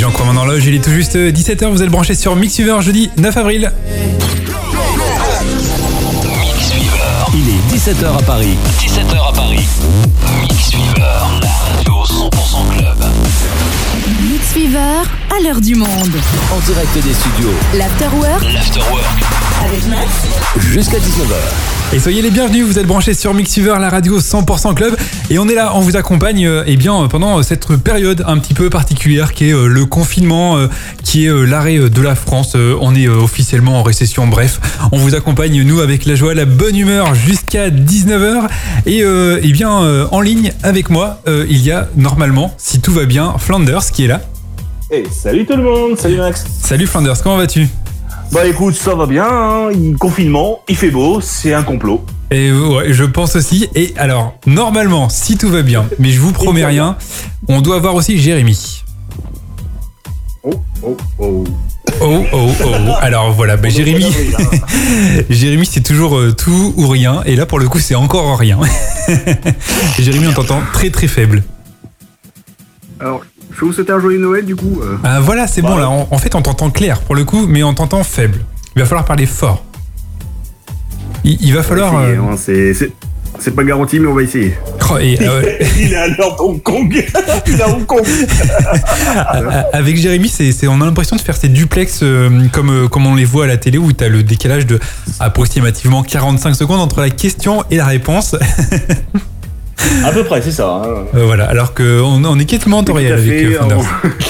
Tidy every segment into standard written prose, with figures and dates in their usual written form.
en coin dans l'horloge, il est tout juste 17h, vous êtes branchés sur Mixweaver jeudi 9 avril. Il est 17h à Paris. 17h à Paris. Mixweaver, la radio 100% club. Mixweaver, à l'heure du monde. En direct des studios. L'Afterwork Avec Max Jusqu'à 19h. Et soyez les bienvenus, vous êtes branchés sur Mixweaver, la radio 100% club. Et on est là, on vous accompagne pendant cette période un petit peu particulière qui est le confinement, qui est l'arrêt de la France. On est officiellement en récession, bref. On vous accompagne, nous, avec la joie, la bonne humeur jusqu'à 19h. Et en ligne avec moi, il y a normalement, si tout va bien, Flanders qui est là. Hey, salut tout le monde, salut Max. Salut Flanders, comment vas-tu ? Bah écoute, ça va bien, hein. Confinement, il fait beau, c'est un complot. Et ouais, je pense aussi. Et alors, normalement, si tout va bien, mais je vous promets rien, on doit avoir aussi Jérémy. Oh. Alors voilà, Jérémy, Jérémy c'est toujours tout ou rien. Et là pour le coup c'est encore rien. Jérémy, on t'entend très très faible. Alors, je vais vous souhaiter un joyeux Noël du coup. Ah voilà, c'est bon là. En fait on t'entend clair pour le coup, mais on t'entend faible. Il va falloir parler fort. Il va falloir... C'est pas garanti, mais on va essayer. Il est à l'heure d'Hong Kong. Il est à Hong Kong. Avec Jérémy, on a l'impression de faire ces duplex comme on les voit à la télé où tu as le décalage de approximativement 45 secondes entre la question et la réponse. À peu près, c'est ça. Hein. Voilà, alors qu'on est quasiment en temps réel avec Flanders.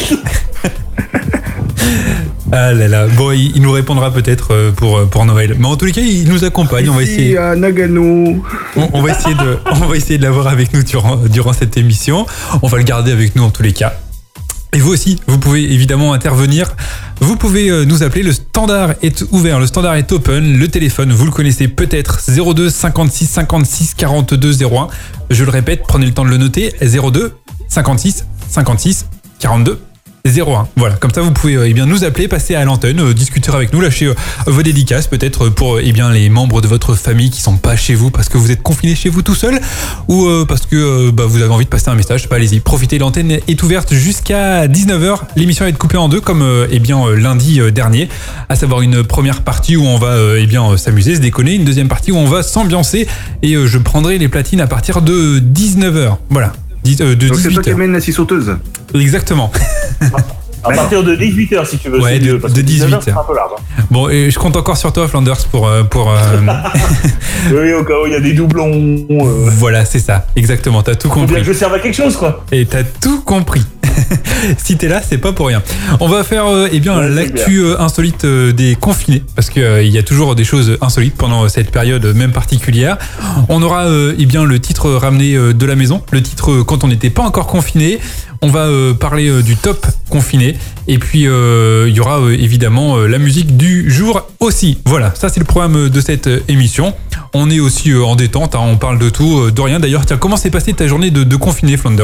Ah là là, bon, il nous répondra peut-être pour Noël. Mais en tous les cas, il nous accompagne. On va essayer. À Nagano. On va essayer de l'avoir avec nous durant cette émission. On va le garder avec nous en tous les cas. Et vous aussi, vous pouvez évidemment intervenir. Vous pouvez nous appeler. Le standard est ouvert, le standard est open. Le téléphone, vous le connaissez peut-être. 02 56 56 42 01. Je le répète, prenez le temps de le noter. 02 56 56 42 01. Voilà, comme ça vous pouvez nous appeler, passer à l'antenne, discuter avec nous, lâcher vos dédicaces peut-être pour les membres de votre famille qui sont pas chez vous parce que vous êtes confinés chez vous tout seul ou parce que vous avez envie de passer un message. Allez-y, profitez, l'antenne est ouverte jusqu'à 19h. L'émission va être coupée en deux comme lundi dernier, à savoir une première partie où on va s'amuser, se déconner, une deuxième partie où on va s'ambiancer et je prendrai les platines à partir de 19h. Voilà. De Donc 18h. c'est toi qui amène la scie sauteuse. Exactement. À partir de 18h si tu veux. Ouais, de 18h. C'est un peu large. Hein. Bon, et je compte encore sur toi, Flanders, pour Oui, au cas où il y a des doublons. Voilà, c'est ça. Exactement, t'as tout Faut bien compris. que je serve à quelque chose, quoi. Et t'as tout compris. Si t'es là, c'est pas pour rien. On va faire l'actu insolite des confinés, parce que il y a toujours des choses insolites pendant cette période même particulière. On aura le titre ramené de la maison, le titre quand on n'était pas encore confiné. On va parler du top confiné. Et puis il y aura évidemment la musique du jour aussi. Voilà, ça c'est le programme de cette émission. On est aussi en détente, hein, on parle de tout, de rien. D'ailleurs, tiens, comment s'est passée ta journée de confiné, Flanders ?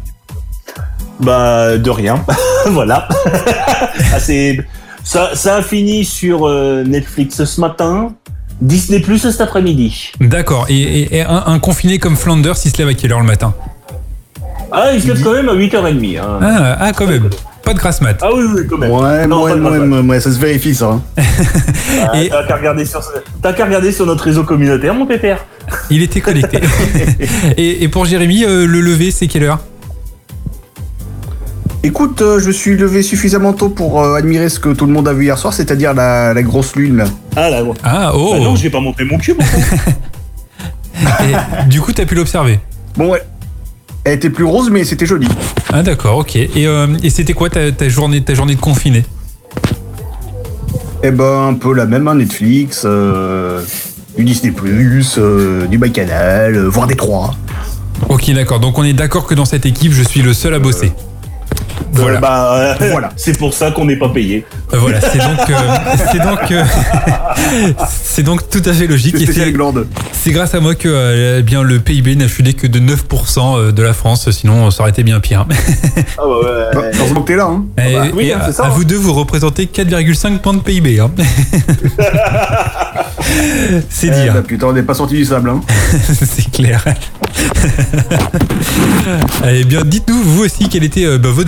Bah, de rien. Voilà. Ça a fini sur Netflix ce matin, Disney Plus cet après-midi. D'accord. Et un confiné comme Flanders, il se lève à quelle heure le matin ? Ah, il se lève quand même à 8h30. Hein. Ah, quand même. Pas de grasse mat. Ah oui, quand même. Ouais, ça se vérifie ça. Hein. T'as qu'à regarder sur notre réseau communautaire, mon pépère. Il était connecté. Et pour Jérémy, le lever, c'est quelle heure ? Écoute, je suis levé suffisamment tôt pour admirer ce que tout le monde a vu hier soir, c'est-à-dire la grosse lune là. Ah là, ouais. Ah, oh. Bah non, je vais pas montrer mon cul, Et du coup, t'as pu l'observer ? Bon ouais. Elle était plus rose, mais c'était joli. Ah d'accord, ok. Et c'était quoi ta journée de confiné ? Eh ben, un peu la même, hein, Netflix, du Disney+, du MyCanal, voire des 3. Ok, d'accord. Donc on est d'accord que dans cette équipe, je suis le seul à bosser. Voilà. Voilà. C'est pour ça qu'on n'est pas payé. Voilà, c'est donc tout à fait logique. Et c'est grâce à moi que le PIB n'a chuté que de 9% de la France, sinon ça aurait été bien pire. Ah ouais. Heureusement que t'es là. Hein. Et c'est ça. À vous deux, vous représentez 4,5 points de PIB. Hein. C'est dire. Bah putain, on n'est pas sorti du sable. Hein. C'est clair. Allez bien, dites-nous vous aussi quelle était votre journée de confinement.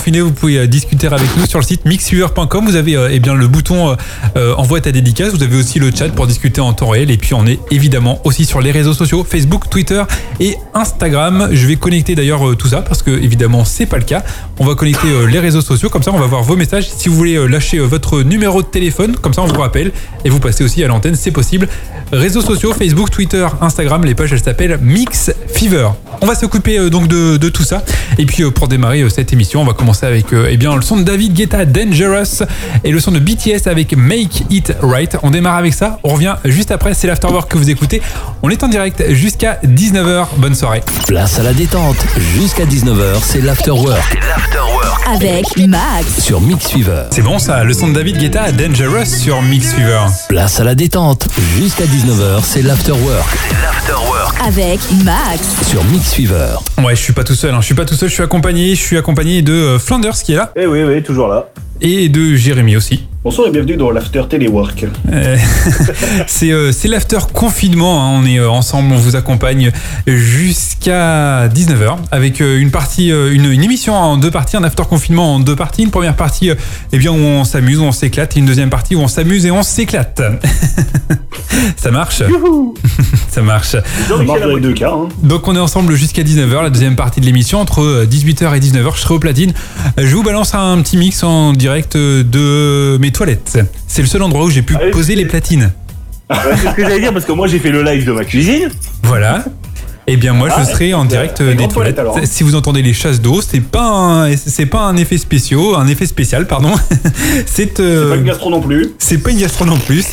confinés, vous pouvez discuter avec nous sur le site mixfever.com. Vous avez le bouton envoie ta dédicace. Vous avez aussi le chat pour discuter en temps réel. Et puis on est évidemment aussi sur les réseaux sociaux, Facebook, Twitter et Instagram. Je vais connecter d'ailleurs tout ça parce que évidemment c'est pas le cas. On va connecter les réseaux sociaux, comme ça on va voir vos messages. Si vous voulez lâcher votre numéro de téléphone, comme ça on vous rappelle et vous passez aussi à l'antenne, c'est possible. Réseaux sociaux, Facebook, Twitter, Instagram, les pages elles s'appellent Mix Fever. On va s'occuper donc de tout ça. Et puis pour démarrer cette émission, on va commencer avec le son de David Guetta, Dangerous, et le son de BTS avec Make It Right. On démarre avec ça, on revient juste après, c'est l'Afterwork que vous écoutez. On est en direct jusqu'à 19h, bonne soirée. Place à la détente, jusqu'à 19h, c'est l'Afterwork. Avec Max. Sur Mix Fever. C'est bon ça, le son de David Guetta, Dangerous sur Mix Fever. Place à la détente, jusqu'à 19h, c'est l'Afterwork. Avec Max. Sur Mix Fever. Ouais, je suis pas tout seul, je suis accompagné de Flanders qui est là. Eh oui, toujours là. Et de Jérémy aussi. Bonsoir et bienvenue dans l'After Téléwork. C'est l'after confinement, hein. On est ensemble, on vous accompagne jusqu'à 19h avec une émission en 2 parties, un after confinement en 2 parties. Une première partie où on s'amuse, où on s'éclate, et une deuxième partie où on s'amuse et on s'éclate. Ça marche. Ça marche. Ça marche dans les 2 cas. Hein. Donc on est ensemble jusqu'à 19h, la deuxième partie de l'émission, entre 18h et 19h, je serai au platine. Je vous balance un petit mix en direct de mes toilettes. C'est le seul endroit où j'ai pu poser les platines. Ouais, c'est ce que j'allais dire parce que moi j'ai fait le live de ma cuisine. Voilà. Et bien moi je serai en direct des toilettes. Si vous entendez les chasses d'eau, c'est pas un effet spécial, pardon. C'est pas une gastro non plus. C'est pas une gastro non plus,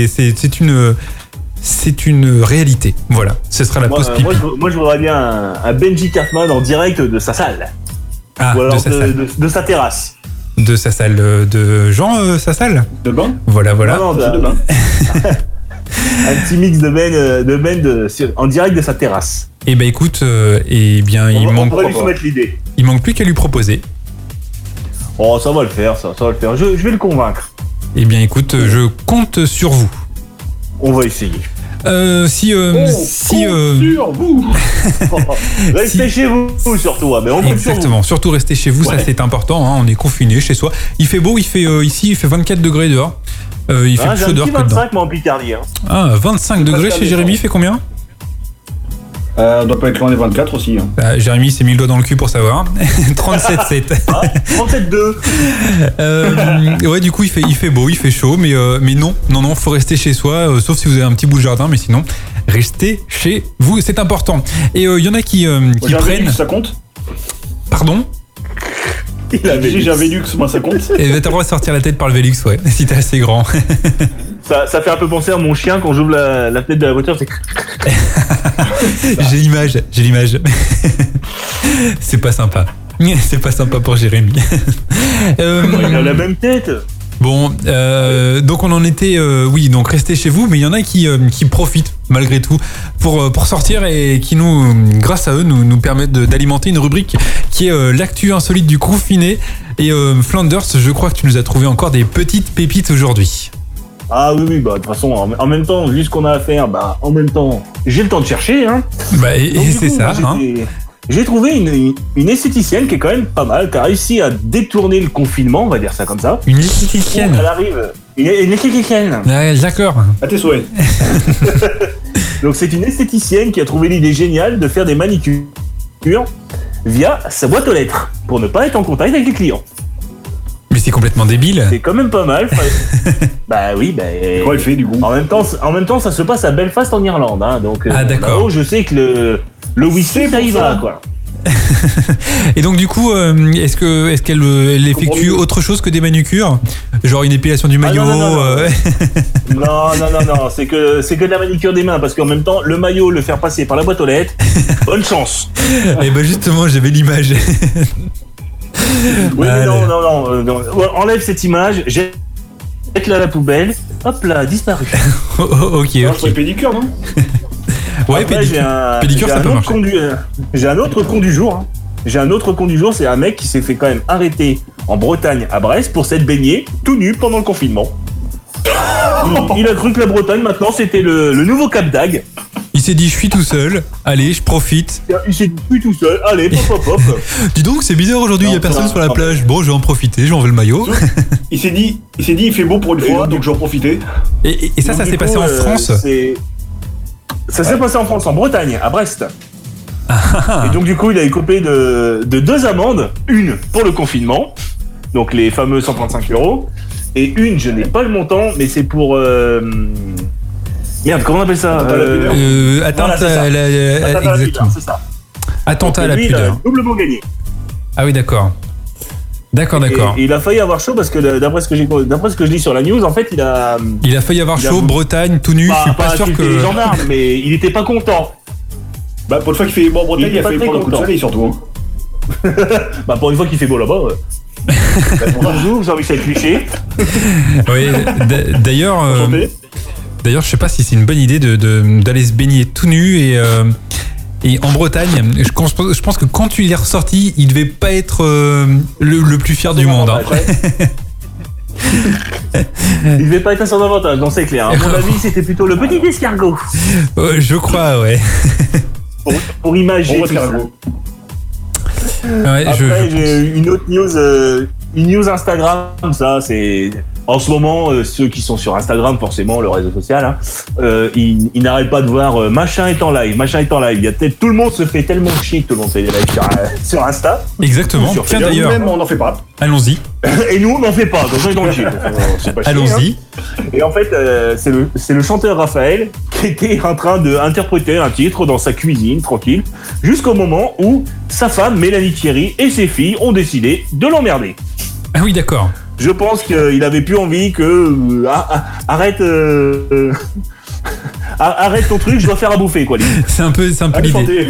c'est une réalité. Voilà, ce sera la pause pipi. Moi je voudrais bien un Benji Cartman en direct de sa salle. Ah, ou alors de sa terrasse. De sa salle de Jean, sa salle de bain. Voilà. Non, de bain. Un petit mix de Ben en direct de sa terrasse. Eh ben écoute, il manque. On va lui soumettre l'idée. Il manque plus qu'à lui proposer. Oh, ça va le faire, ça va le faire. Je vais le convaincre. Eh bien écoute, je compte sur vous. On va essayer. Sur vous. Restez chez vous surtout, mais on compte sur vous. Exactement, surtout restez chez vous, ça c'est important, hein, on est confiné chez soi. Il fait beau, ici il fait 24 degrés dehors. Il fait plus chaud dehors que dedans. 25 moi en Picardie. Hein. Ah, 25 degrés chez Jérémy, il fait combien? On doit pas être loin des 24 aussi. Hein. Jérémy s'est mis le doigt dans le cul pour savoir. 37,7. 37,2. Ouais, du coup il fait beau, il fait chaud, mais non, faut rester chez soi, sauf si vous avez un petit bout de jardin, mais sinon restez chez vous, c'est important. Et il y en a qui prennent. Ça compte? Pardon? J'ai un Velux, moi ça compte. Et t'as le droit de sortir la tête par le Velux, ouais, si t'es assez grand. Ça fait un peu penser à mon chien quand j'ouvre la fenêtre de la voiture, c'est... J'ai l'image. C'est pas sympa. C'est pas sympa pour Jérémy. Il a la même tête. Bon, donc on en était, donc restez chez vous, mais il y en a qui profitent malgré tout pour sortir et qui grâce à eux, nous permettent d'alimenter une rubrique qui est l'actu insolite du confiné. Et Flanders, je crois que tu nous as trouvé encore des petites pépites aujourd'hui. Ah oui, de toute façon, en même temps, vu ce qu'on a à faire, en même temps, j'ai le temps de chercher, hein. Et c'est ça, hein. J'ai trouvé une esthéticienne qui est quand même pas mal, qui a réussi à détourner le confinement, on va dire ça comme ça. Une esthéticienne. Elle arrive. Une esthéticienne. D'accord. À tes souhaits. Donc c'est une esthéticienne qui a trouvé l'idée géniale de faire des manicures via sa boîte aux lettres, pour ne pas être en contact avec les clients. Mais c'est complètement débile. C'est quand même pas mal. Oui. Quoi elle fait du coup? En même temps, ça se passe à Belfast en Irlande, hein, donc. D'accord. Je sais que le whisky ça y va, quoi. Et donc du coup, est-ce qu'elle effectue autre chose que des manucures, genre une épilation du maillot? Non, c'est que de la manicure des mains, parce qu'en même temps, le maillot, le faire passer par la boîte aux lettres, bonne chance. Et justement, j'avais l'image. Oui, mais non. Enlève cette image, jette-la à la poubelle, hop là, disparu. Ok. C'est pédicure, non? Ouais, après, pédicure, ça peut marcher. J'ai un autre con du jour. Hein. C'est un mec qui s'est fait quand même arrêter en Bretagne, à Brest, pour s'être baigné tout nu pendant le confinement. Il a cru que la Bretagne, maintenant, c'était le nouveau Cap d'Agde. Il s'est dit, je suis tout seul. Allez, je profite. Il s'est dit, je suis tout seul. Allez, pop. Dis donc, c'est bizarre aujourd'hui, il y a personne sur la plage. Bon, je vais en profiter, je vais enlever le maillot. Il s'est dit, il fait beau pour une fois, donc je vais en profiter. Et ça s'est passé en France. Ça s'est passé en France, en Bretagne, à Brest. Et donc du coup, il a écopé de 2 amendes. Une pour le confinement, donc les fameux 135 €. Et une, je n'ai pas le montant, mais c'est pour... Merde, comment on appelle ça Atteinte à la... Exactement. C'est ça. Attentat à la pudeur. Il a doublement gagné. Ah oui, d'accord. D'accord. Et il a failli avoir chaud parce que d'après ce que je lis sur la news, en fait, il a failli avoir chaud, Bretagne, tout nu. Je suis pas sûr que... les gendarmes, mais il était pas content. Bah pour une fois qu'il fait beau en Bretagne, il a fait prendre un coup de soleil surtout. Bah pour une fois qu'il fait beau là-bas. Bonjour, Jean-Michel Cliché. Oui, d'ailleurs, je sais pas si c'est une bonne idée d'aller se baigner tout nu et en Bretagne. Je pense que quand tu l'es ressorti, il devait pas être le plus fier du monde. Hein. Il devait pas être à son avantage, non c'est clair. À mon avis, c'était plutôt le petit escargot. Je crois, ouais. Pour imager tout ça. Ouais, après, j'ai une autre news, une news Instagram. Ça, c'est en ce moment ceux qui sont sur Instagram, forcément le réseau social, hein, ils n'arrêtent pas de voir machin est en live. Il y a peut-être tout le monde se fait tellement chier que tout le monde fait des lives sur Insta. Exactement. Tiens d'ailleurs, même on n'en fait pas. Allons-y. Et nous on n'en fait pas. Donc on est dans le chier. Allons-y. Hein. Et en fait, c'est le chanteur Raphaël qui était en train d'interpréter un titre dans sa cuisine, tranquille, jusqu'au moment où sa femme, Mélanie Thierry, et ses filles ont décidé de l'emmerder. Ah oui, d'accord. Je pense qu'il avait plus envie que... arrête ton truc, je dois faire à bouffer, quoi. C'est un peu l'idée.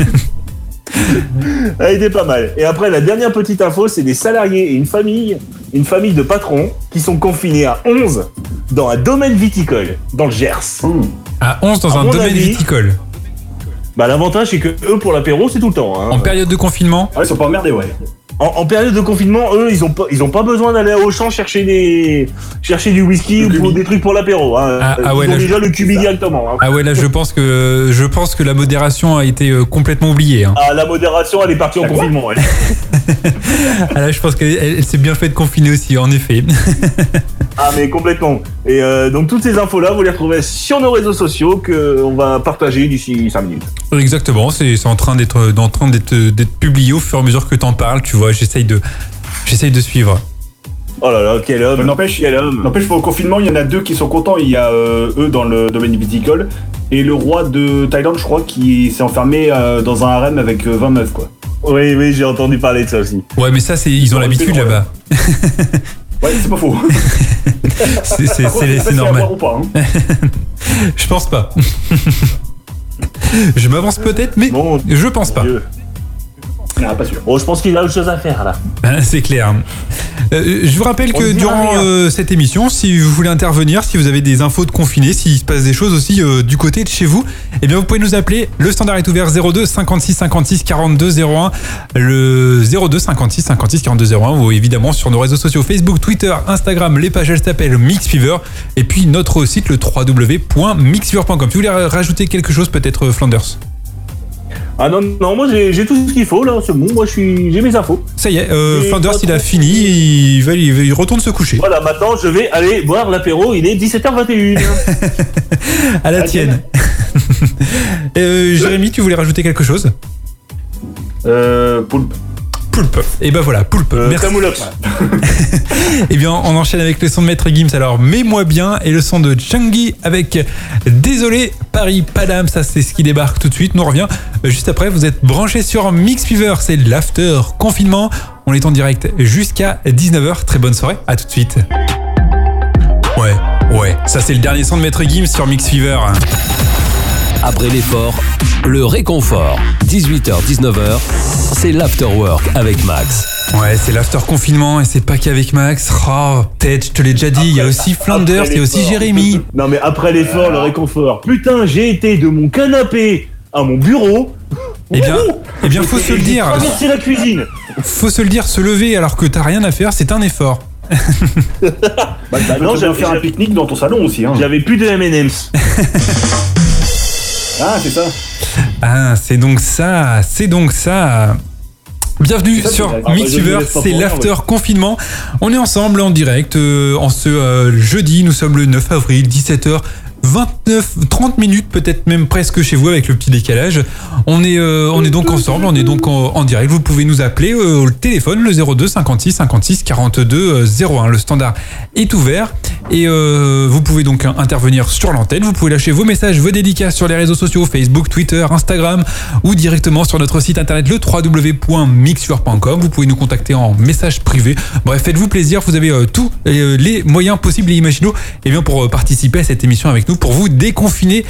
Elle était pas mal. Et après, la dernière petite info, c'est des salariés et une famille de patrons qui sont confinés à 11 dans un domaine viticole, dans le Gers. À 11 dans un domaine viticole. Bah l'avantage, c'est que eux, pour l'apéro, c'est tout le temps. Hein. En période de confinement. Ouais, ils sont pas emmerdés, ouais. En période de confinement, eux, ils ont pas besoin d'aller au champ chercher du whisky ou des trucs pour l'apéro. Hein. Ils ont déjà le cubi directement. Hein. Ah ouais, là, je pense que la modération a été complètement oubliée. Hein. Ah, la modération, elle est partie en confinement. Ah là, je pense qu'elle s'est bien fait de confiner aussi, en effet. Ah, mais complètement. Et donc, toutes ces infos-là, vous les retrouvez sur nos réseaux sociaux qu'on va partager d'ici 5 minutes. Exactement, c'est en train d'être publié au fur et à mesure que t'en parles, tu vois, j'essaye de suivre. Oh là là, quel homme. N'empêche, au confinement, il y en a 2 qui sont contents. Il y a eux dans le domaine viticole et le roi de Thaïlande, je crois, qui s'est enfermé dans un harem avec 20 meufs, quoi. Oui, j'ai entendu parler de ça aussi. Ouais, mais ça, ils ont l'habitude là-bas. Ouais, c'est pas faux. c'est normal. Ou pas, hein. Je pense pas. Je m'avance peut-être, mais bon, je pense pas. Ah, pas sûr. Oh, je pense qu'il a autre chose à faire là. C'est clair. Je vous rappelle que durant cette émission, si vous voulez intervenir, si vous avez des infos de confinés, s'il se passe des choses aussi du côté de chez vous, eh bien vous pouvez nous appeler. Le standard est ouvert 02 56 56 42 01. Le 02 56 56 42 01 ou évidemment sur nos réseaux sociaux Facebook, Twitter, Instagram. Les pages elles s'appellent MixFever et puis notre site le www.mixfever.com. Si vous voulez rajouter quelque chose peut-être Flanders. Ah non, moi j'ai tout ce qu'il faut là, c'est bon, moi j'ai mes infos. Ça y est, Flanders il a fini, il retourne se coucher. Voilà, maintenant je vais aller boire l'apéro, il est 17h21. À la tienne. Jérémy, tu voulais rajouter quelque chose? Poulpe. Et ben voilà, Poulpe. Merci. Et bien, on enchaîne avec le son de Maître Gims. Alors, mets-moi bien. Et le son de Changi avec Désolé, Paris, Padam. Ça, c'est ce qui débarque tout de suite. Nous on revient juste après. Vous êtes branchés sur Mix Fever. C'est l'after confinement. On est en direct jusqu'à 19h. Très bonne soirée. À tout de suite. Ouais. Ça, c'est le dernier son de Maître Gims sur Mix Fever. Après l'effort, le réconfort. 18h-19h, c'est l'afterwork avec Max. Ouais, c'est l'after confinement et c'est pas qu'avec Max. Oh, peut-être, je te l'ai déjà dit, il y a aussi Flanders, il y a aussi Jérémy. Non mais après l'effort, le réconfort. Putain, j'ai été de mon canapé à mon bureau. Eh bien, faut se le dire. Traverser la cuisine. Faut se le dire, se lever alors que t'as rien à faire, c'est un effort. Non, j'allais faire un pique-nique dans ton salon aussi. Hein. J'avais plus de M&M's. Ah, c'est ça. Ah, c'est donc ça. Bienvenue Ça, sur c'est vrai. Mixweaver, Ah, bah, je c'est ne laisse pas l'after confinement. On est ensemble en direct en ce jeudi, nous sommes le 9 avril, 17h. 30 minutes, peut-être même presque chez vous avec le petit décalage. On est donc ensemble, on est donc en direct. Vous pouvez nous appeler au téléphone, le 02 56 56 42 01. Le standard est ouvert et vous pouvez donc intervenir sur l'antenne. Vous pouvez lâcher vos messages, vos dédicaces sur les réseaux sociaux, Facebook, Twitter, Instagram ou directement sur notre site internet le www.mixweaver.com. Vous pouvez nous contacter en message privé. Bref, faites-vous plaisir, vous avez tous les moyens possibles et imaginaux pour participer à cette émission avec nous, pour vous déconfiner,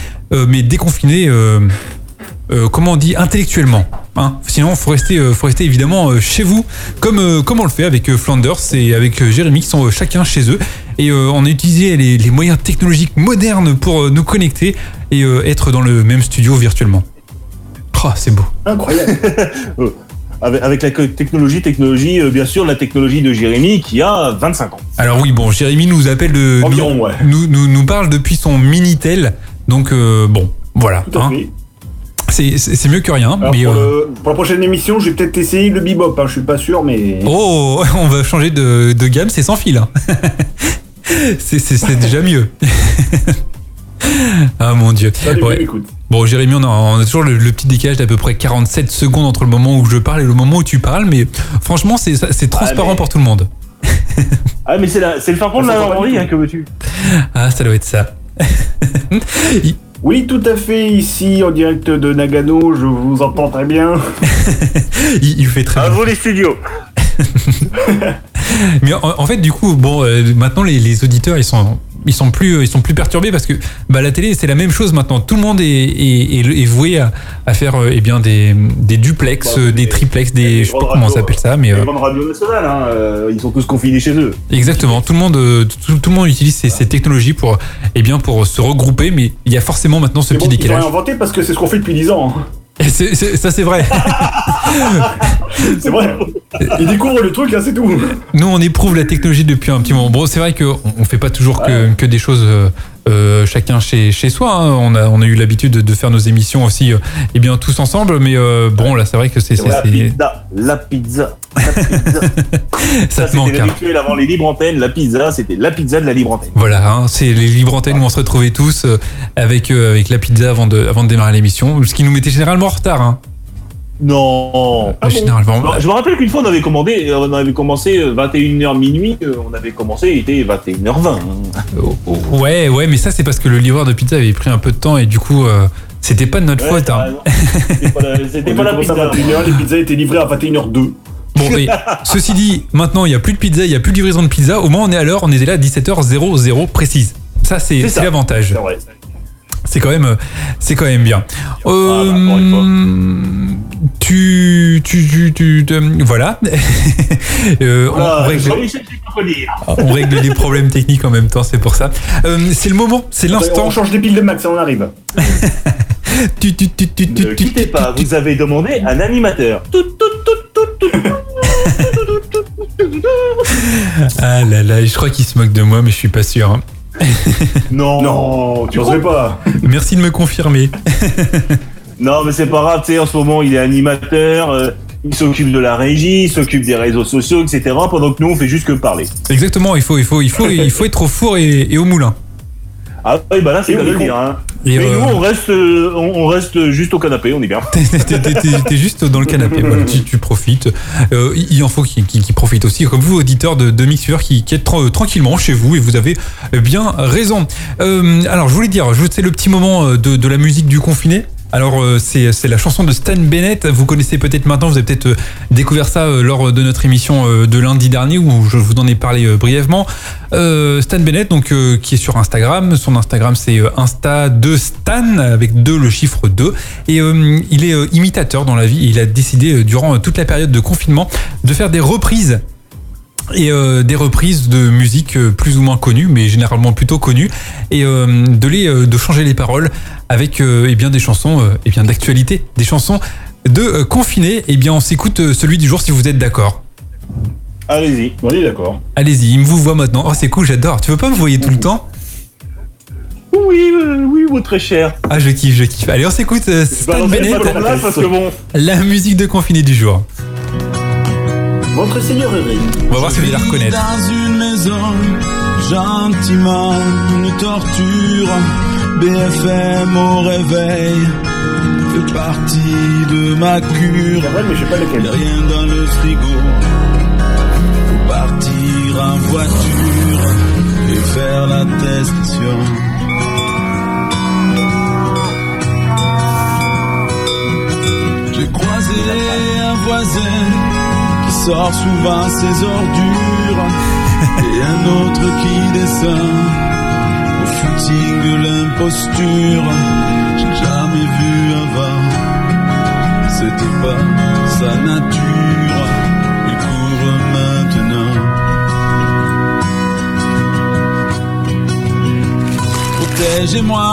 comment on dit, intellectuellement. Hein. Sinon, faut rester évidemment chez vous, comme on le fait avec Flanders et avec Jérémy, qui sont chacun chez eux. Et on a utilisé les moyens technologiques modernes pour nous connecter et être dans le même studio virtuellement. Oh, c'est beau. Incroyable. Avec la technologie, bien sûr, la technologie de Jérémy qui a 25 ans. Alors oui, bon, Jérémy nous appelle Environ, ouais. nous parle depuis son Minitel. Donc bon, voilà. Tout à Hein. fait. C'est mieux que rien. Alors, mais pour la prochaine émission, je vais peut-être essayer le bebop, hein, je suis pas sûr, mais... Oh, on va changer de gamme, c'est sans fil. Hein. c'est déjà mieux. Ah mon Dieu. Ça, Ouais. écoute. Bon, Jérémy, on a toujours le petit décalage d'à peu près 47 secondes entre le moment où je parle et le moment où tu parles, mais franchement, c'est transparent mais- pour tout le monde. Ah, mais c'est le fin fond de la Normandie, hein, que veux-tu? Ah, ça doit être ça. Oui, tout à fait, ici, en direct de Nagano, je vous entends très bien. il fait très À bien. vous les studios. Mais en fait, du coup, bon, maintenant les auditeurs, ils sont plus perturbés parce que la télé, c'est la même chose maintenant. Tout le monde est voué à faire des duplex, des triplex, je sais pas comment ça s'appelle ça, mais Les grandes radios nationales, hein, ils sont tous confinés chez eux. exactement. Tout le monde utilise ces technologies pour se regrouper, mais il y a forcément maintenant ce C'est petit bon, ils ont décalage. rien inventé parce que c'est ce qu'on fait depuis 10 ans. hein. Et ça, c'est vrai. C'est vrai. Ils découvrent le truc, là, c'est tout. Nous, on éprouve la technologie depuis un petit moment. Bon, c'est vrai qu'on fait pas toujours que des choses chacun chez soi. Hein. On a eu l'habitude de faire nos émissions aussi, tous ensemble. Mais bon, là, c'est vrai que c'est La pizza. ça te C'était manque. le Hein. rituel avant les libres antennes. La pizza, c'était la pizza de la libre antenne. Voilà, hein, c'est les libres antennes où on se retrouvait tous avec la pizza avant de démarrer l'émission, ce qui nous mettait généralement en retard. Hein. Non. Généralement. Je me rappelle qu'une fois on avait commencé 21h minuit, on avait commencé, il était 21h20. hein. Ouais, mais ça c'est parce que le livreur de pizza avait pris un peu de temps et du coup c'était pas de notre faute. t'as Hein. raison. C'était pas la commencé pizza. à 21h, les pizzas étaient livrées à 21h02. Bon, et ceci dit, maintenant il n'y a plus de pizza, il n'y a plus de livraison de pizza, au moins on est à l'heure, on était là à 17h00 précise. Ça c'est ça. l'avantage. C'est vrai. C'est quand même bien. encore Voilà. Voilà, on règle, Jean-Michel, c'est pas quoi dire. on règle les problèmes techniques en même temps, c'est pour ça. C'est le moment, c'est l'instant. On change des piles de max, on arrive. Ne quittez pas, vous avez demandé un animateur. Ah là là, je crois qu'il se moque de moi, mais je suis pas sûr. Hein. Non, tu n'oserais pas. Merci de me confirmer. Non, mais c'est pas grave, tu sais, en ce moment, il est animateur, il s'occupe de la régie, il s'occupe des réseaux sociaux, etc. Pendant que nous, on fait juste que parler. Exactement, il faut être au four et au moulin. Ah oui, bah là, c'est pas de le dire, hein. Et Mais nous, on reste juste au canapé, on est bien. T'es juste dans le canapé, voilà, tu profites. Il en faut qui profitent aussi, comme vous, auditeurs de Mixweaver, qui êtes tranquillement chez vous, et vous avez bien raison. Alors, je voulais dire, c'est le petit moment de la musique du confiné. Alors, c'est la chanson de Stan Bennett. Vous connaissez peut-être maintenant, vous avez peut-être découvert ça lors de notre émission de lundi dernier où je vous en ai parlé brièvement. Stan Bennett, donc, qui est sur Instagram. Son Instagram, c'est Insta2Stan, avec 2, le chiffre 2. Et il est imitateur dans la vie. Et il a décidé, durant toute la période de confinement, de faire des reprises. Et des reprises de musique plus ou moins connues, mais généralement plutôt connues, et de changer les paroles avec des chansons d'actualité, des chansons de confinés. Et bien on s'écoute celui du jour si vous êtes d'accord. Allez-y. On est d'accord. Allez-y, il me vous voit maintenant. Oh c'est cool, j'adore. Tu veux pas me voyer tout le temps? Oui. beaucoup, très cher. Ah, je kiffe. Allez, on s'écoute Stan Bennett, Parce que bon, la musique de confiné du jour. Votre seigneurie. On va voir si vous allez la reconnaître. Dans une maison, gentiment, une torture. BFM au réveil, fait partie de ma cure. C'est vrai, mais je sais pas lequel. Rien dans le frigo. Faut partir en voiture et faire l'attestation. J'ai croisé un voisin qui sort souvent ses ordures et un autre qui descend au footing de l'imposture. J'ai jamais vu avant, c'était pas sa nature. Il court maintenant. Protégez-moi.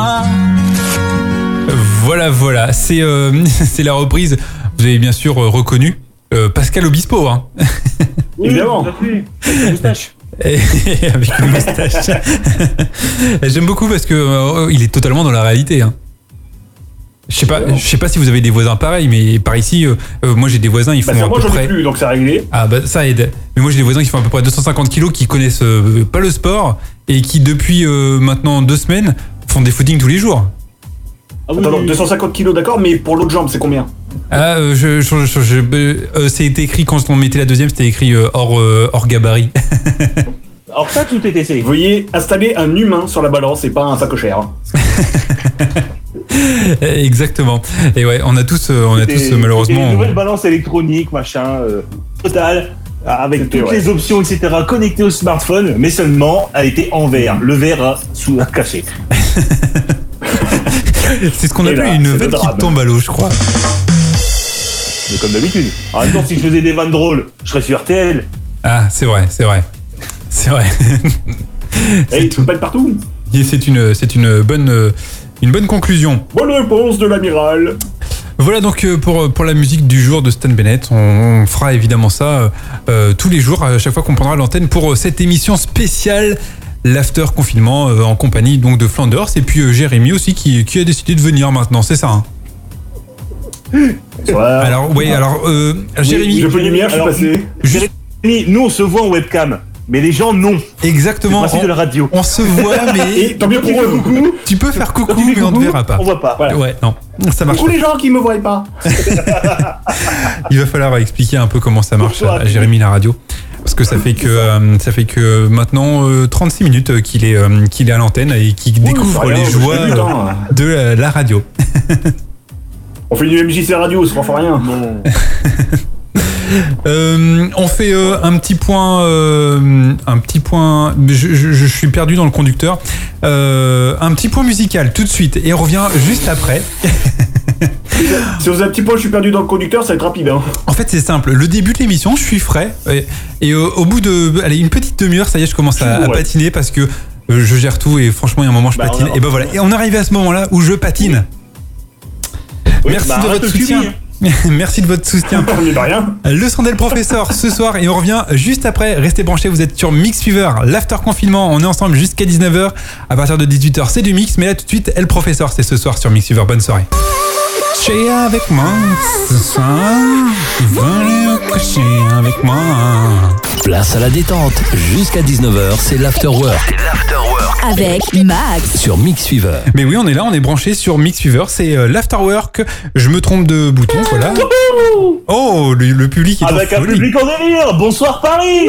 Voilà, c'est c'est la reprise. Vous avez bien sûr reconnu Pascal Obispo, hein. Évidemment. Et avec une moustache. J'aime beaucoup parce que il est totalement dans la réalité, hein. Je sais pas si vous avez des voisins pareils, mais par ici, moi j'ai des voisins, ils font à Moi peu j'en ai près. plus, donc c'est réglé. Ah bah ça aide. Mais moi j'ai des voisins qui font à peu près 250 kilos, qui connaissent pas le sport et qui depuis maintenant 2 semaines font des footings tous les jours. Ah oui, Attends, oui. 250 kilos, d'accord, mais pour l'autre jambe, c'est combien? Ah, c'était écrit quand on mettait la deuxième, c'était écrit hors gabarit. Alors ça, tout était sélectionné. Veuillez installer un humain sur la balance et pas un sacochère. Exactement. Et ouais, on a tous malheureusement. Une nouvelle balance électronique, machin, total, avec C'était, toutes ouais. les options, etc., connectées au smartphone, mais seulement, elle était en verre. Le verre a caché. C'est ce qu'on Et appelle là, une c'est le vanne qui drame. tombe à l'eau, je crois. Mais comme d'habitude. En même temps, si je faisais des vannes drôles, je serais sur RTL. Ah, c'est vrai. Et tu peux pas être partout. Et c'est une bonne conclusion. Bonne réponse de l'amiral. Voilà donc pour la musique du jour de Stan Bennett. On fera évidemment ça tous les jours, à chaque fois qu'on prendra l'antenne pour cette émission spéciale l'after confinement en compagnie donc de Flanders et puis Jérémy aussi qui a décidé de venir maintenant, c'est ça, hein. Voilà. Alors Jérémy, Je peux lumière, je suis Alors, passé. Jérémy, nous, on se voit en webcam, mais les gens, non. C'est exactement, le principe de la radio. on se voit mais Et tant mieux pour eux. Coucou. tu peux faire coucou Quand tu fais mais on ne coucou, verra pas. On voit pas. Voilà. Ouais, non, ça marche Coucou pas. les gens qui me voient pas. Il va falloir expliquer un peu comment ça marche à Jérémy la radio. Parce que ça fait que maintenant 36 minutes qu'il est à l'antenne et qu'il découvre rien, les je joies débute, hein. de la radio. On fait du MJC radio, ça fera rien. On fait un petit point. Je suis perdu dans le conducteur. Un petit point musical tout de suite et on revient juste après. Si vous avez un petit point, je suis perdu dans le conducteur, ça va être rapide. Hein. En fait, c'est simple. Le début de l'émission, je suis frais et au bout de une petite demi-heure, ça y est, je commence à patiner parce que je gère tout et franchement, il y a un moment, je patine. Et ben voilà. Et on est arrivé à ce moment-là où je patine. Oui, Merci de arrête votre le soutien. cul, Merci de votre soutien. On est de rien. Le son d'El Professeur ce soir et on revient juste après. Restez branchés, vous êtes sur Mix Fever, l'after confinement. On est ensemble jusqu'à 19h. À partir de 18h, c'est du mix. Mais là, tout de suite, El Professeur, c'est ce soir sur Mix Fever. Bonne soirée. Chez avec moi ce soir. Venez au coucher avec moi. Place à la détente. Jusqu'à 19h, c'est l'Afterwork Avec Max. sur Mix Fever. Mais oui, on est là, on est branché sur Mix Fever. C'est l'afterwork. Je me trompe de bouton, voilà. Oh, le public est Avec en un folie. public en délire. Bonsoir Paris.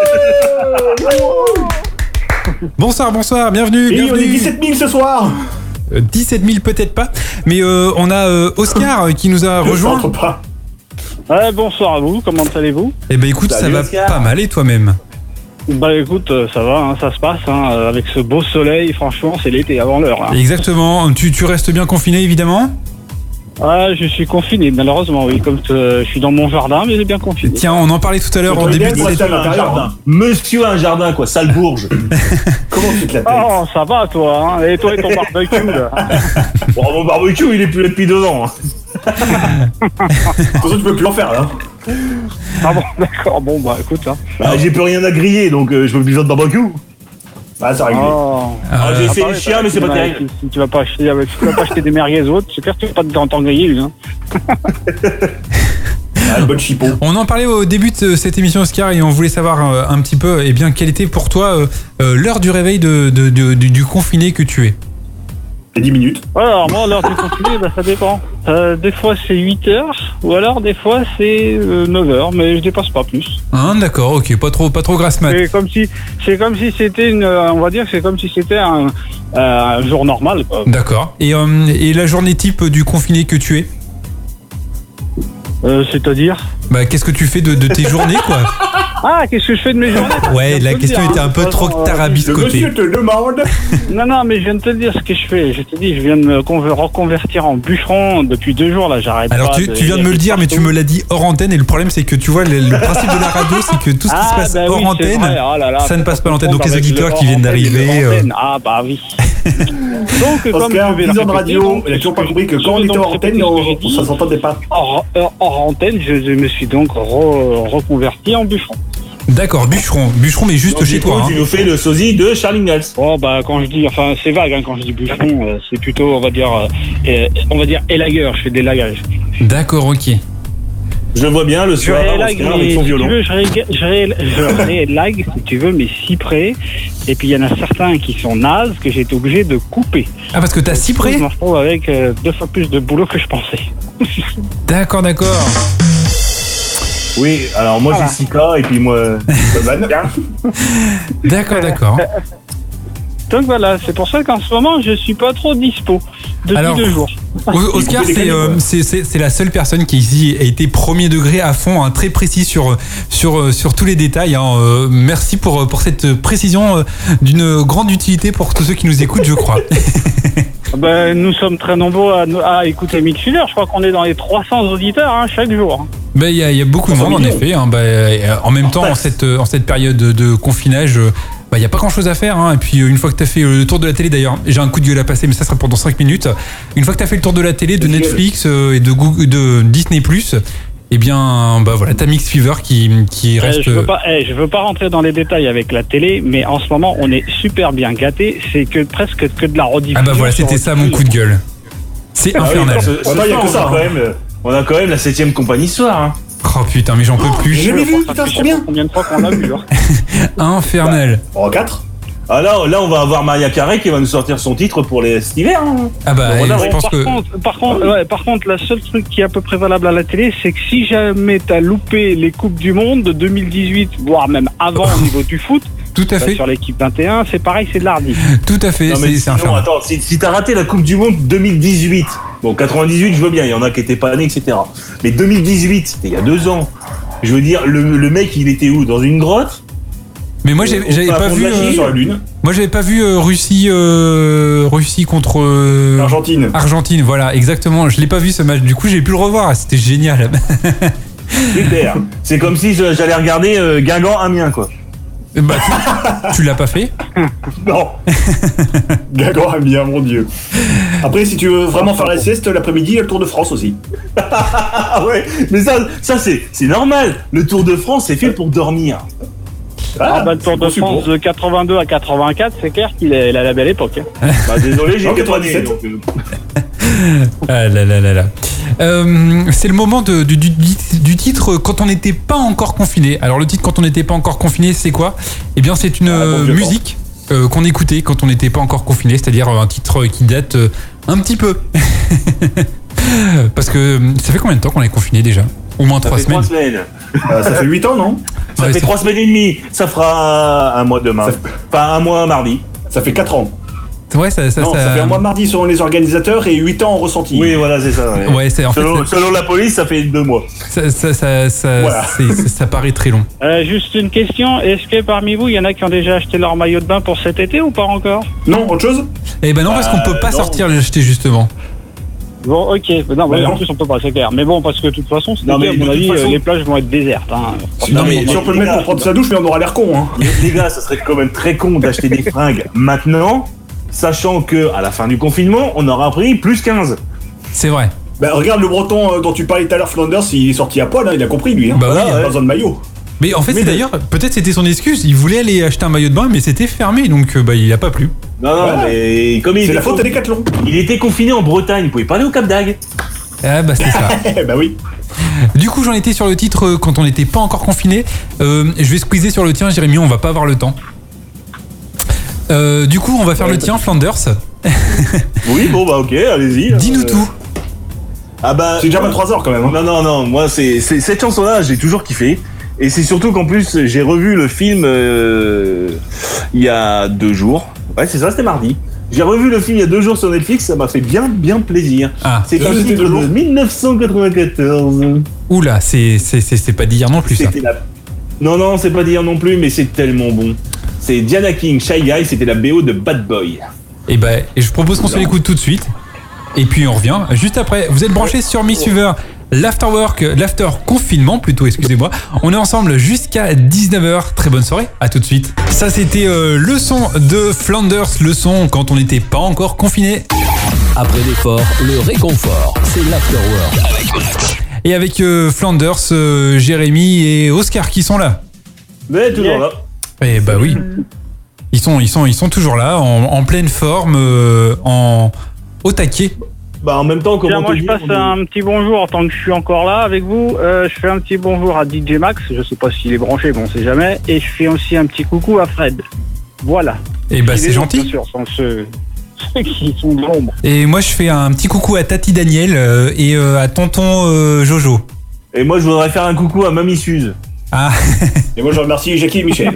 Bonsoir, bienvenue. Et on est bienvenue. 17 000 ce soir. 17 000 peut-être pas, mais on a Oscar qui nous a Je rejoint. rentre pas. Ouais, bonsoir à vous, comment allez-vous? Eh ben écoute, ça Salut, va Oscar. pas mal et toi-même? Bah écoute, ça va, hein, ça se passe, hein, avec ce beau soleil, franchement, c'est l'été avant l'heure. Là. Exactement, tu restes bien confiné évidemment? Ah, je suis confiné, malheureusement, oui, comme je suis dans mon jardin, mais j'ai bien confiné. Tiens, on en parlait tout à l'heure en Toi, début bien, de toi, cette... à l'intérieur. Monsieur a un jardin, quoi, sale bourge. Comment tu te la tête? Oh, ça va toi, hein, et toi et ton barbecue, là. Bon, mon barbecue, il est plus là depuis 2 ans. Hein. De toute façon, tu peux plus en faire là. Ah bon, d'accord, bon, bah écoute, hein. Bah, j'ai plus rien à griller, donc je veux plus besoin de barbecue. Ah, ça règle. Ah, j'ai essayé les chiens, mais c'est pas terrible. Si tu vas pas acheter des merguez autres, c'est clair que tu vas pas t'en griller une. Hein. Ah, bonne chipot. On en parlait au début de cette émission, Oscar, et on voulait savoir un petit peu, eh bien, quelle était pour toi l'heure du réveil du confiné que tu es. 10 minutes. Ouais, alors moi, l'heure du confiné, ça dépend. Des fois, c'est 8h, ou alors des fois, c'est 9h, mais je dépasse pas plus. Ah, d'accord, ok, pas trop grasse mat. C'est comme si c'était on va dire que c'est comme si c'était un jour normal, quoi. D'accord. Et la journée type du confiné que tu es? C'est-à-dire? Bah, qu'est-ce que tu fais de tes journées, quoi? Ah, qu'est-ce que je fais de mes journées? Ouais, la question était un peu trop tarabiscotée. Le monsieur te demande. Non, mais je viens de te dire ce que je fais. Je te dis, je viens de me reconvertir en bûcheron depuis 2 jours, là, j'arrête pas. Alors, tu viens de me le dire, mais tu me l'as dit hors antenne, et le problème, c'est que tu vois, le principe de la radio, c'est que tout ce qui se passe hors antenne, ça ne passe pas à l'antenne. Donc, les auditeurs qui viennent d'arriver. Ah, bah oui. Donc, Oscar, 10 ans de radio, il a toujours pas compris que quand on était hors antenne, ça s'entendait pas. Hors antenne, je me suis donc reconverti en bûcheron. D'accord, bûcheron, mais juste donc, chez toi. Tu nous fais le sosie de Charlie Ingalls. Oh, bah, quand je dis, enfin, c'est vague, hein, quand je dis bûcheron, c'est plutôt, on va dire élagueur, je fais des lagages. D'accord, ok. Je le vois bien le soir avec son violon. Je rélague, si tu veux, mes cyprès. Et puis il y en a certains qui sont nazes que j'ai été obligé de couper. Ah, parce que t'as cyprès? Je me retrouve avec 2 fois plus de boulot que je pensais. D'accord. Oui, alors moi j'ai Sika et puis moi. D'accord. Donc voilà, c'est pour ça qu'en ce moment je suis pas trop dispo depuis 2 jours. Oscar, c'est la seule personne qui ici a été premier degré à fond, hein, très précis sur tous les détails. Hein. Merci pour cette précision d'une grande utilité pour tous ceux qui nous écoutent, je crois. Ben, nous sommes très nombreux à écouter Mixfeeder. Je crois qu'on est dans les 300 auditeurs, hein, chaque jour. Ben, y a beaucoup de monde en effet. Hein. En même temps, en cette période de confinage, il n'y a pas grand chose à faire. Hein. Et puis une fois que tu as fait le tour de la télé, d'ailleurs, j'ai un coup de gueule à passer, mais ça sera pendant 5 minutes. Une fois que tu as fait le tour de la télé, de Netflix et de Disney+, eh bien, voilà, t'as Mixfeeder qui reste. Je veux pas rentrer dans les détails avec la télé, mais en ce moment, on est super bien gâtés. C'est presque que de la rediffusion. Ah bah voilà, c'était ça mon coup de gueule. C'est infernal. Il y a que ça. On a quand même la 7ème compagnie ce soir. Hein. Oh putain, mais j'en peux plus. J'ai jamais vu, putain, c'est trop bien. Combien de fois qu'on l'a vu, hein. Infernal. 4. Ah là, on va avoir Maria Carré qui va nous sortir son titre pour cet hiver. Hein. Ah bah, je pense que. Par contre, la seule truc qui est à peu près valable à la télé, c'est que si jamais t'as loupé les Coupes du Monde de 2018, voire même avant au niveau du foot, tout à fait. Sur l'équipe 21, c'est pareil, c'est de l'ardi. Tout à fait, c'est infernal. Attends, si t'as raté la Coupe du Monde 2018, bon, 98, je veux bien, il y en a qui étaient pas nés, etc. Mais 2018, c'était il y a 2 ans. Je veux dire, le mec, il était où? Dans une grotte? Mais moi, j'avais pas vu. Sur la Lune. Moi, j'avais pas vu Russie contre Argentine, voilà, exactement. Je l'ai pas vu ce match. Du coup, j'ai pu le revoir. C'était génial. Super. C'est comme si j'allais regarder Guingamp-Amiens, quoi. Bah, tu l'as pas fait? Non. Guingamp-Amiens, mon Dieu. Après, si tu veux vraiment faire la sieste, l'après-midi, il y a le Tour de France aussi. Ouais, mais ça c'est normal. Le Tour de France, c'est fait pour dormir. Le Tour de France de 82 à 84, c'est clair qu'il a la belle époque. Hein. Désolé, j'ai 97. Ah là. C'est le moment du titre quand on n'était pas encore confiné. Alors le titre quand on n'était pas encore confiné, c'est quoi? Eh bien, c'est une musique qu'on écoutait quand on n'était pas encore confiné, c'est-à-dire un titre qui date un petit peu. Parce que ça fait combien de temps qu'on est confiné déjà? Au moins 3 semaines. 3 semaines. Ça fait 8 ans, non? Ça fait 3 semaines et demie. Ça fera un mois demain. Enfin, un mois mardi. Ça fait 4 ans. Ouais, ça fait un mois mardi selon les organisateurs et 8 ans en ressenti. Oui, voilà, c'est ça. Ouais, c'est, en fait, selon la police, ça fait 2 mois. Ça paraît très long. Juste une question, est-ce que parmi vous, il y en a qui ont déjà acheté leur maillot de bain pour cet été ou pas encore? Non, autre chose? Eh ben non, parce qu'on peut pas sortir l'acheter justement. Bon, ok. En plus, on peut pas, c'est clair. Mais bon, parce que de toute façon, à mon avis, les plages vont être désertes. Hein. Si on peut le mettre pour prendre sa douche, mais on aura l'air con. Hein. Les gars, ça serait quand même très con d'acheter des fringues maintenant, sachant que à la fin du confinement, on aura pris plus 15. C'est vrai. Bah, regarde le breton dont tu parlais tout à l'heure, Flanders, il est sorti à poil, hein, il a compris lui. Hein. Bah oui, pas besoin de maillot. Mais en fait, Mais c'est d'ailleurs, peut-être c'était son excuse. Il voulait aller acheter un maillot de bain, mais c'était fermé, donc il a pas plu. Non, mais comme il C'est était la faute à Decathlon. il était confiné en Bretagne, il pouvait pas aller au Cap d'Agde. Ah bah c'est ça. Bah oui. Du coup, j'en étais sur le titre quand on n'était pas encore confiné. Je vais squeezer sur le tien, Jérémy, on va pas avoir le temps. Du coup, on va faire le tien, Flanders. Oui, bon bah ok, allez-y. Dis-nous tout. Ah bah. C'est déjà 23 heures quand même. Hein. Non, moi c'est cette chanson-là, j'ai toujours kiffé. Et c'est surtout qu'en plus, j'ai revu le film il y a 2 jours. Ouais, c'est ça, c'était mardi. J'ai revu le film il y a 2 jours sur Netflix, ça m'a fait bien plaisir. Ah, c'est un film de 1994. Oula, c'est pas d'hier non plus ça. Non, c'est pas d'hier non plus, mais c'est tellement bon. C'est Diana King, Shy Guy, c'était la BO de Bad Boy. Et je propose qu'on se l'écoute tout de suite. Et puis on revient juste après. Vous êtes branchés sur Mixweaver, l'after confinement plutôt, excusez-moi. On est ensemble jusqu'à 19h. Très bonne soirée, à tout de suite. Ça c'était le son de Flanders, le son quand on n'était pas encore confiné. Après l'effort, le réconfort, c'est l'afterwork. Et avec Flanders, Jérémy et Oscar qui sont là. Mais toujours là. Et bah oui. Ils sont toujours là, en pleine forme, au taquet. Bah en même temps, comment moi je passe un petit bonjour tant que je suis encore là avec vous. Je fais un petit bonjour à DJ Max, je sais pas s'il est branché, mais on sait jamais. Et je fais aussi un petit coucou à Fred. Voilà. Et bah c'est gentil. Bien sûr, sans ceux qui sont de l'ombre. Et moi je fais un petit coucou à Tati Daniel et à tonton Jojo. Et moi je voudrais faire un coucou à Mamie Suze. Ah. Et moi je remercie Jackie et Michel.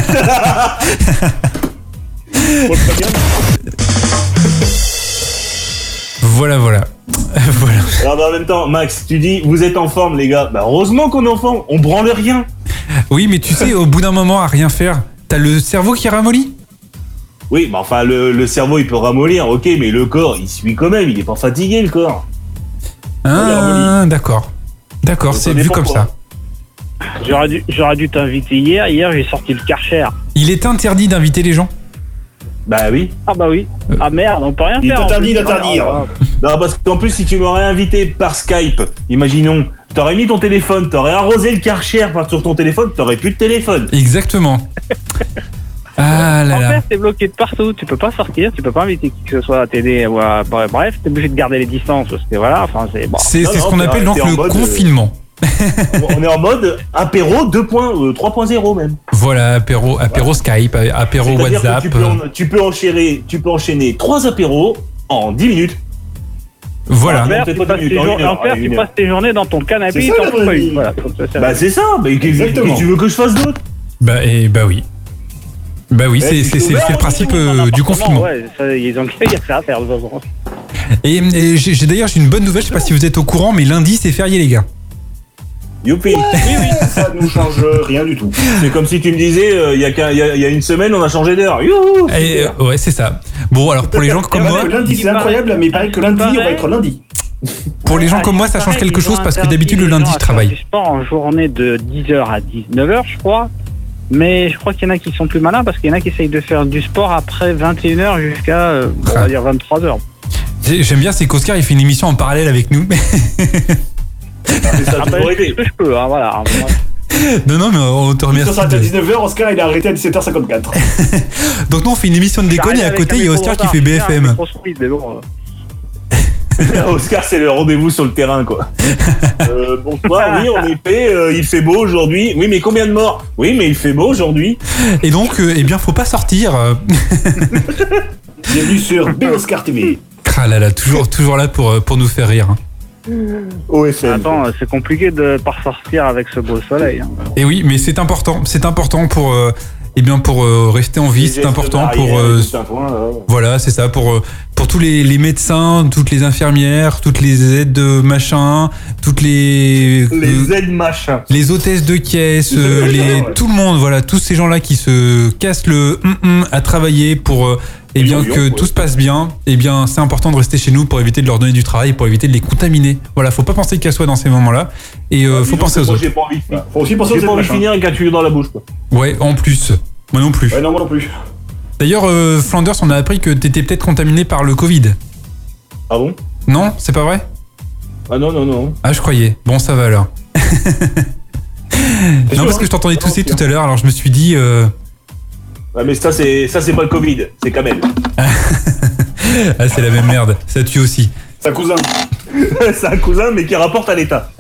Voilà. Voilà. Alors bah, en même temps, Max, tu dis vous êtes en forme les gars. Bah heureusement qu'on est en forme, on branle rien. Oui, mais tu sais, au bout d'un moment à rien faire, t'as le cerveau qui ramollit. Oui, bah enfin le cerveau il peut ramollir, ok, mais le corps il suit quand même, il est pas fatigué le corps. Ah, d'accord, c'est vu comme ça. J'aurais dû t'inviter hier. Hier j'ai sorti le Karcher. Il est interdit d'inviter les gens. Bah oui. Ah bah oui. Ah merde, on peut rien Il faire. est interdit d'interdire. Non, parce qu'en plus, si tu m'aurais invité par Skype, imaginons, t'aurais mis ton téléphone, t'aurais arrosé le Karcher sur ton téléphone, t'aurais plus de téléphone. Exactement. Ah là En là. fait, t'es bloqué de partout. Tu peux pas sortir, tu peux pas inviter qui que ce soit à t'aider. Bref, t'es obligé de garder les distances. Parce que voilà, enfin c'est bon. C'est ce qu'on appelle donc le confinement. On est en mode apéro 3.0 même. Voilà, apéro Skype, apéro C'est-à-dire WhatsApp. que tu peux enchaîner 3 apéros en 10 minutes. Voilà. Tu passes tes journées dans ton canapé et t'en fous pas une. Voilà. Bah c'est ça, mais qu'est-ce que tu veux que je fasse d'autre? Bah oui. Bah oui, c'est le principe du confinement. Ouais, il y a ça à faire. Et j'ai d'ailleurs une bonne nouvelle, je sais pas si vous êtes au courant, mais lundi c'est férié les gars. Youpi. Oui, ça nous change rien du tout. C'est comme si tu me disais, il y a une semaine, on a changé d'heure. Youhou. Ouais, c'est ça. Bon, alors pour les gens comme moi... Lundi, c'est incroyable, mais il paraît que lundi, on va être lundi. Pour les gens comme moi, ça change quelque chose parce que d'habitude, le lundi, je travaille. Du sport en journée de 10h à 19h, je crois. Mais je crois qu'il y en a qui sont plus malins parce qu'il y en a qui essayent de faire du sport après 21h jusqu'à, on va dire, 23h. J'aime bien, c'est qu'Oscar, il fait une émission en parallèle avec nous. Ça a je peux, hein, voilà. Non, mais on te remercie. Ça s'arrête à 19h, Oscar il a arrêté à 17h54. Donc nous on fait une émission de déconne et à côté il y a Oscar qui fait BFM. Oscar c'est le rendez-vous sur le terrain quoi. Bonsoir, oui en effet, il fait beau aujourd'hui. Oui mais combien de morts? Oui mais il fait beau aujourd'hui. Et donc eh bien faut pas sortir. Bienvenue sur Oscar TV. Ah là là, toujours là pour nous faire rire. OFM. Attends, c'est compliqué de pas ressortir avec ce beau soleil. Hein. Et oui, mais c'est important pour rester en vie, c'est important pour voilà, c'est ça pour tous les médecins, toutes les infirmières, toutes les aides de machin, toutes les aides machin, les hôtesses de caisse, tout le monde, voilà, tous ces gens-là qui se cassent le à travailler pour et bien que tout se passe bien, et bien c'est important de rester chez nous pour éviter de leur donner du travail, pour éviter de les contaminer. Voilà, faut pas penser qu'à soi dans ces moments-là, et faut penser aux autres. J'ai pas envie de faut aussi penser aux autres. J'ai pas envie de finir avec un tuyau dans la bouche quoi. Ouais, en plus. Moi non plus. Ouais, non, moi non plus. D'ailleurs, Flanders, on a appris que t'étais peut-être contaminé par le Covid. Ah bon? Non, c'est pas vrai? Ah non. Ah, je croyais. Bon, ça va alors. Non, parce que je t'entendais tousser tout à l'heure, alors je me suis dit. Ouais, mais ça c'est pas le Covid, c'est Kamel. Ah, c'est la même merde, ça tue aussi. C'est un cousin. C'est un cousin, mais qui rapporte à l'État.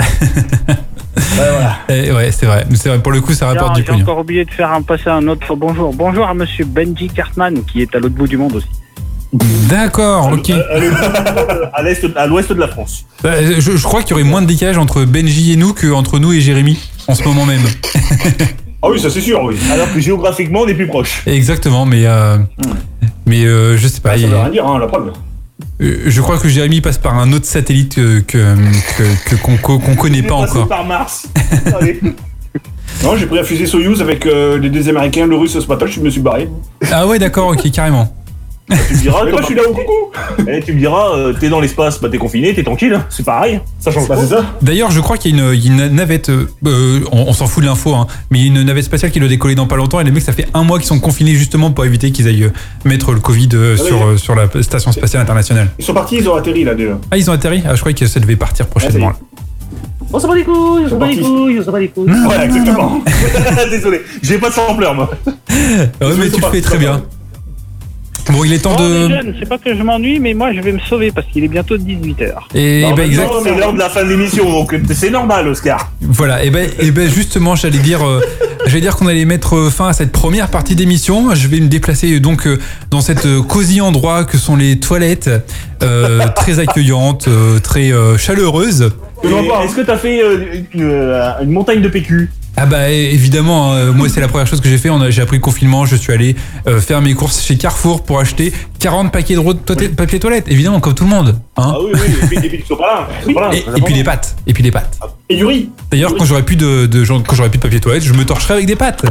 Ouais, c'est vrai. Pour le coup, ça rapporte du J'ai pognon. encore oublié de faire passer un autre bonjour. Bonjour à monsieur Benji Cartman, qui est à l'autre bout du monde aussi. D'accord, ok. À l'ouest de la France. Je crois qu'il y aurait moins de décalage entre Benji et nous qu'entre nous et Jérémy, en ce moment même. Ah oui, ça c'est sûr, oui. Alors que géographiquement, on est plus proche. Exactement, mais je sais pas. Ça veut rien dire, hein, la preuve. Je crois que Jérémy passe par un autre satellite qu'on connaît pas encore. Par Mars. Allez. Non, j'ai pris la fusée Soyuz avec les deux Américains, le Russe ce matin, je me suis barré. Ah ouais, d'accord, ok, carrément. Tu me diras, moi je suis là au coucou. Tu me diras, t'es dans l'espace, bah t'es confiné, t'es tranquille, hein. C'est pareil, ça change pas. C'est ça. D'ailleurs, je crois qu'il y a une navette, on s'en fout de l'info, hein, mais il y a une navette spatiale qui doit décoller dans pas longtemps et les mecs, ça fait un mois qu'ils sont confinés justement pour éviter qu'ils aillent mettre le Covid sur la station spatiale internationale. Ils sont partis, ils ont atterri là déjà. Ah, ils ont atterri? Ah, je croyais que ça devait partir prochainement. là. On s'en bat les couilles, on s'en bat les couilles, on s'en bat les couilles. Ouais, exactement. Désolé, j'ai pas de sampleur moi. Ouais, mais tu le fais très bien. Bon, il est temps Les de. jeunes, c'est pas que je m'ennuie, mais moi je vais me sauver parce qu'il est bientôt 18h. Et Alors, bah, exact. c'est l'heure de la fin de l'émission, donc c'est normal, Oscar. Voilà, et ben justement, j'allais dire qu'on allait mettre fin à cette première partie d'émission. Je vais me déplacer donc dans cette cosy endroit que sont les toilettes, très accueillantes, très chaleureuses. Est-ce que t'as fait une montagne de PQ? Ah bah évidemment, moi c'est la première chose que j'ai fait, j'ai appris le confinement, je suis allé faire mes courses chez Carrefour pour acheter 40 paquets de papier toilette, évidemment comme tout le monde. Hein. Ah oui, et puis tu sois pas là. Et puis les pâtes, Et du riz. D'ailleurs quand j'aurai plus quand j'aurai plus de papier toilette, je me torcherai avec des pâtes.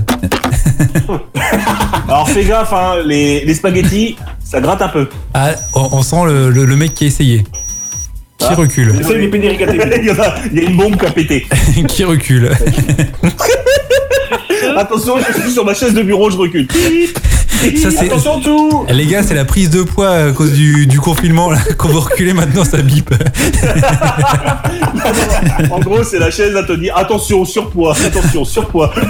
Alors fais gaffe, hein, les spaghettis, ça gratte un peu. Ah, on sent le mec qui a essayé. Qui recule. Essaye les pédérigatés. Il y a une bombe qui a pété. Qui recule. Attention, je suis sur ma chaise de bureau, je recule. Ça, c'est... Attention tout. Les gars, c'est la prise de poids à cause du confinement. Là. Quand vous reculez maintenant, ça bip. En gros, c'est la chaise à te dire attention, surpoids. Sur ce,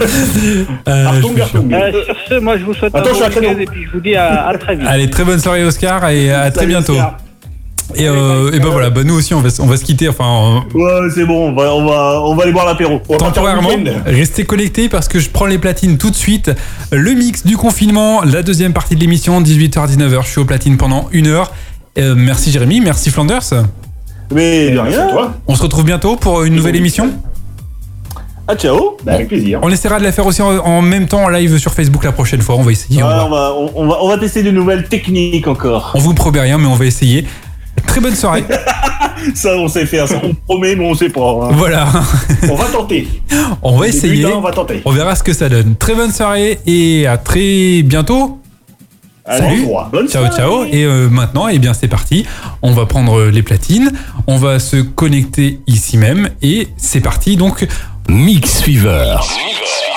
moi je vous souhaite un bon week-end et puis je vous dis à très vite. Allez, très bonne soirée Oscar et à très bientôt. Oscar. Et ben voilà, nous aussi on va se quitter. Enfin, ouais, c'est bon, on va aller boire l'apéro. Temporairement, restez connectés parce que je prends les platines tout de suite. Le mix du confinement, la deuxième partie de l'émission, 18h-19h. Je suis aux platines pendant 1 heure. Merci Jérémy, merci Flanders. Mais de rien. Toi. On se retrouve bientôt pour une nouvelle émission. Ah ciao. Avec plaisir. On essaiera de la faire aussi en même temps en live sur Facebook la prochaine fois. On va essayer. Ouais, on va tester de nouvelles techniques encore. On vous promet rien, mais on va essayer. Très bonne soirée. Ça, on sait faire. Ça, on promet, mais on sait pas. Hein. Voilà. On va tenter. On va essayer. On va tenter. On verra ce que ça donne. Très bonne soirée et à très bientôt. Allez, salut. Ciao. Et maintenant, eh bien, c'est parti. On va prendre les platines. On va se connecter ici même. Et c'est parti. Donc, Mix Fever.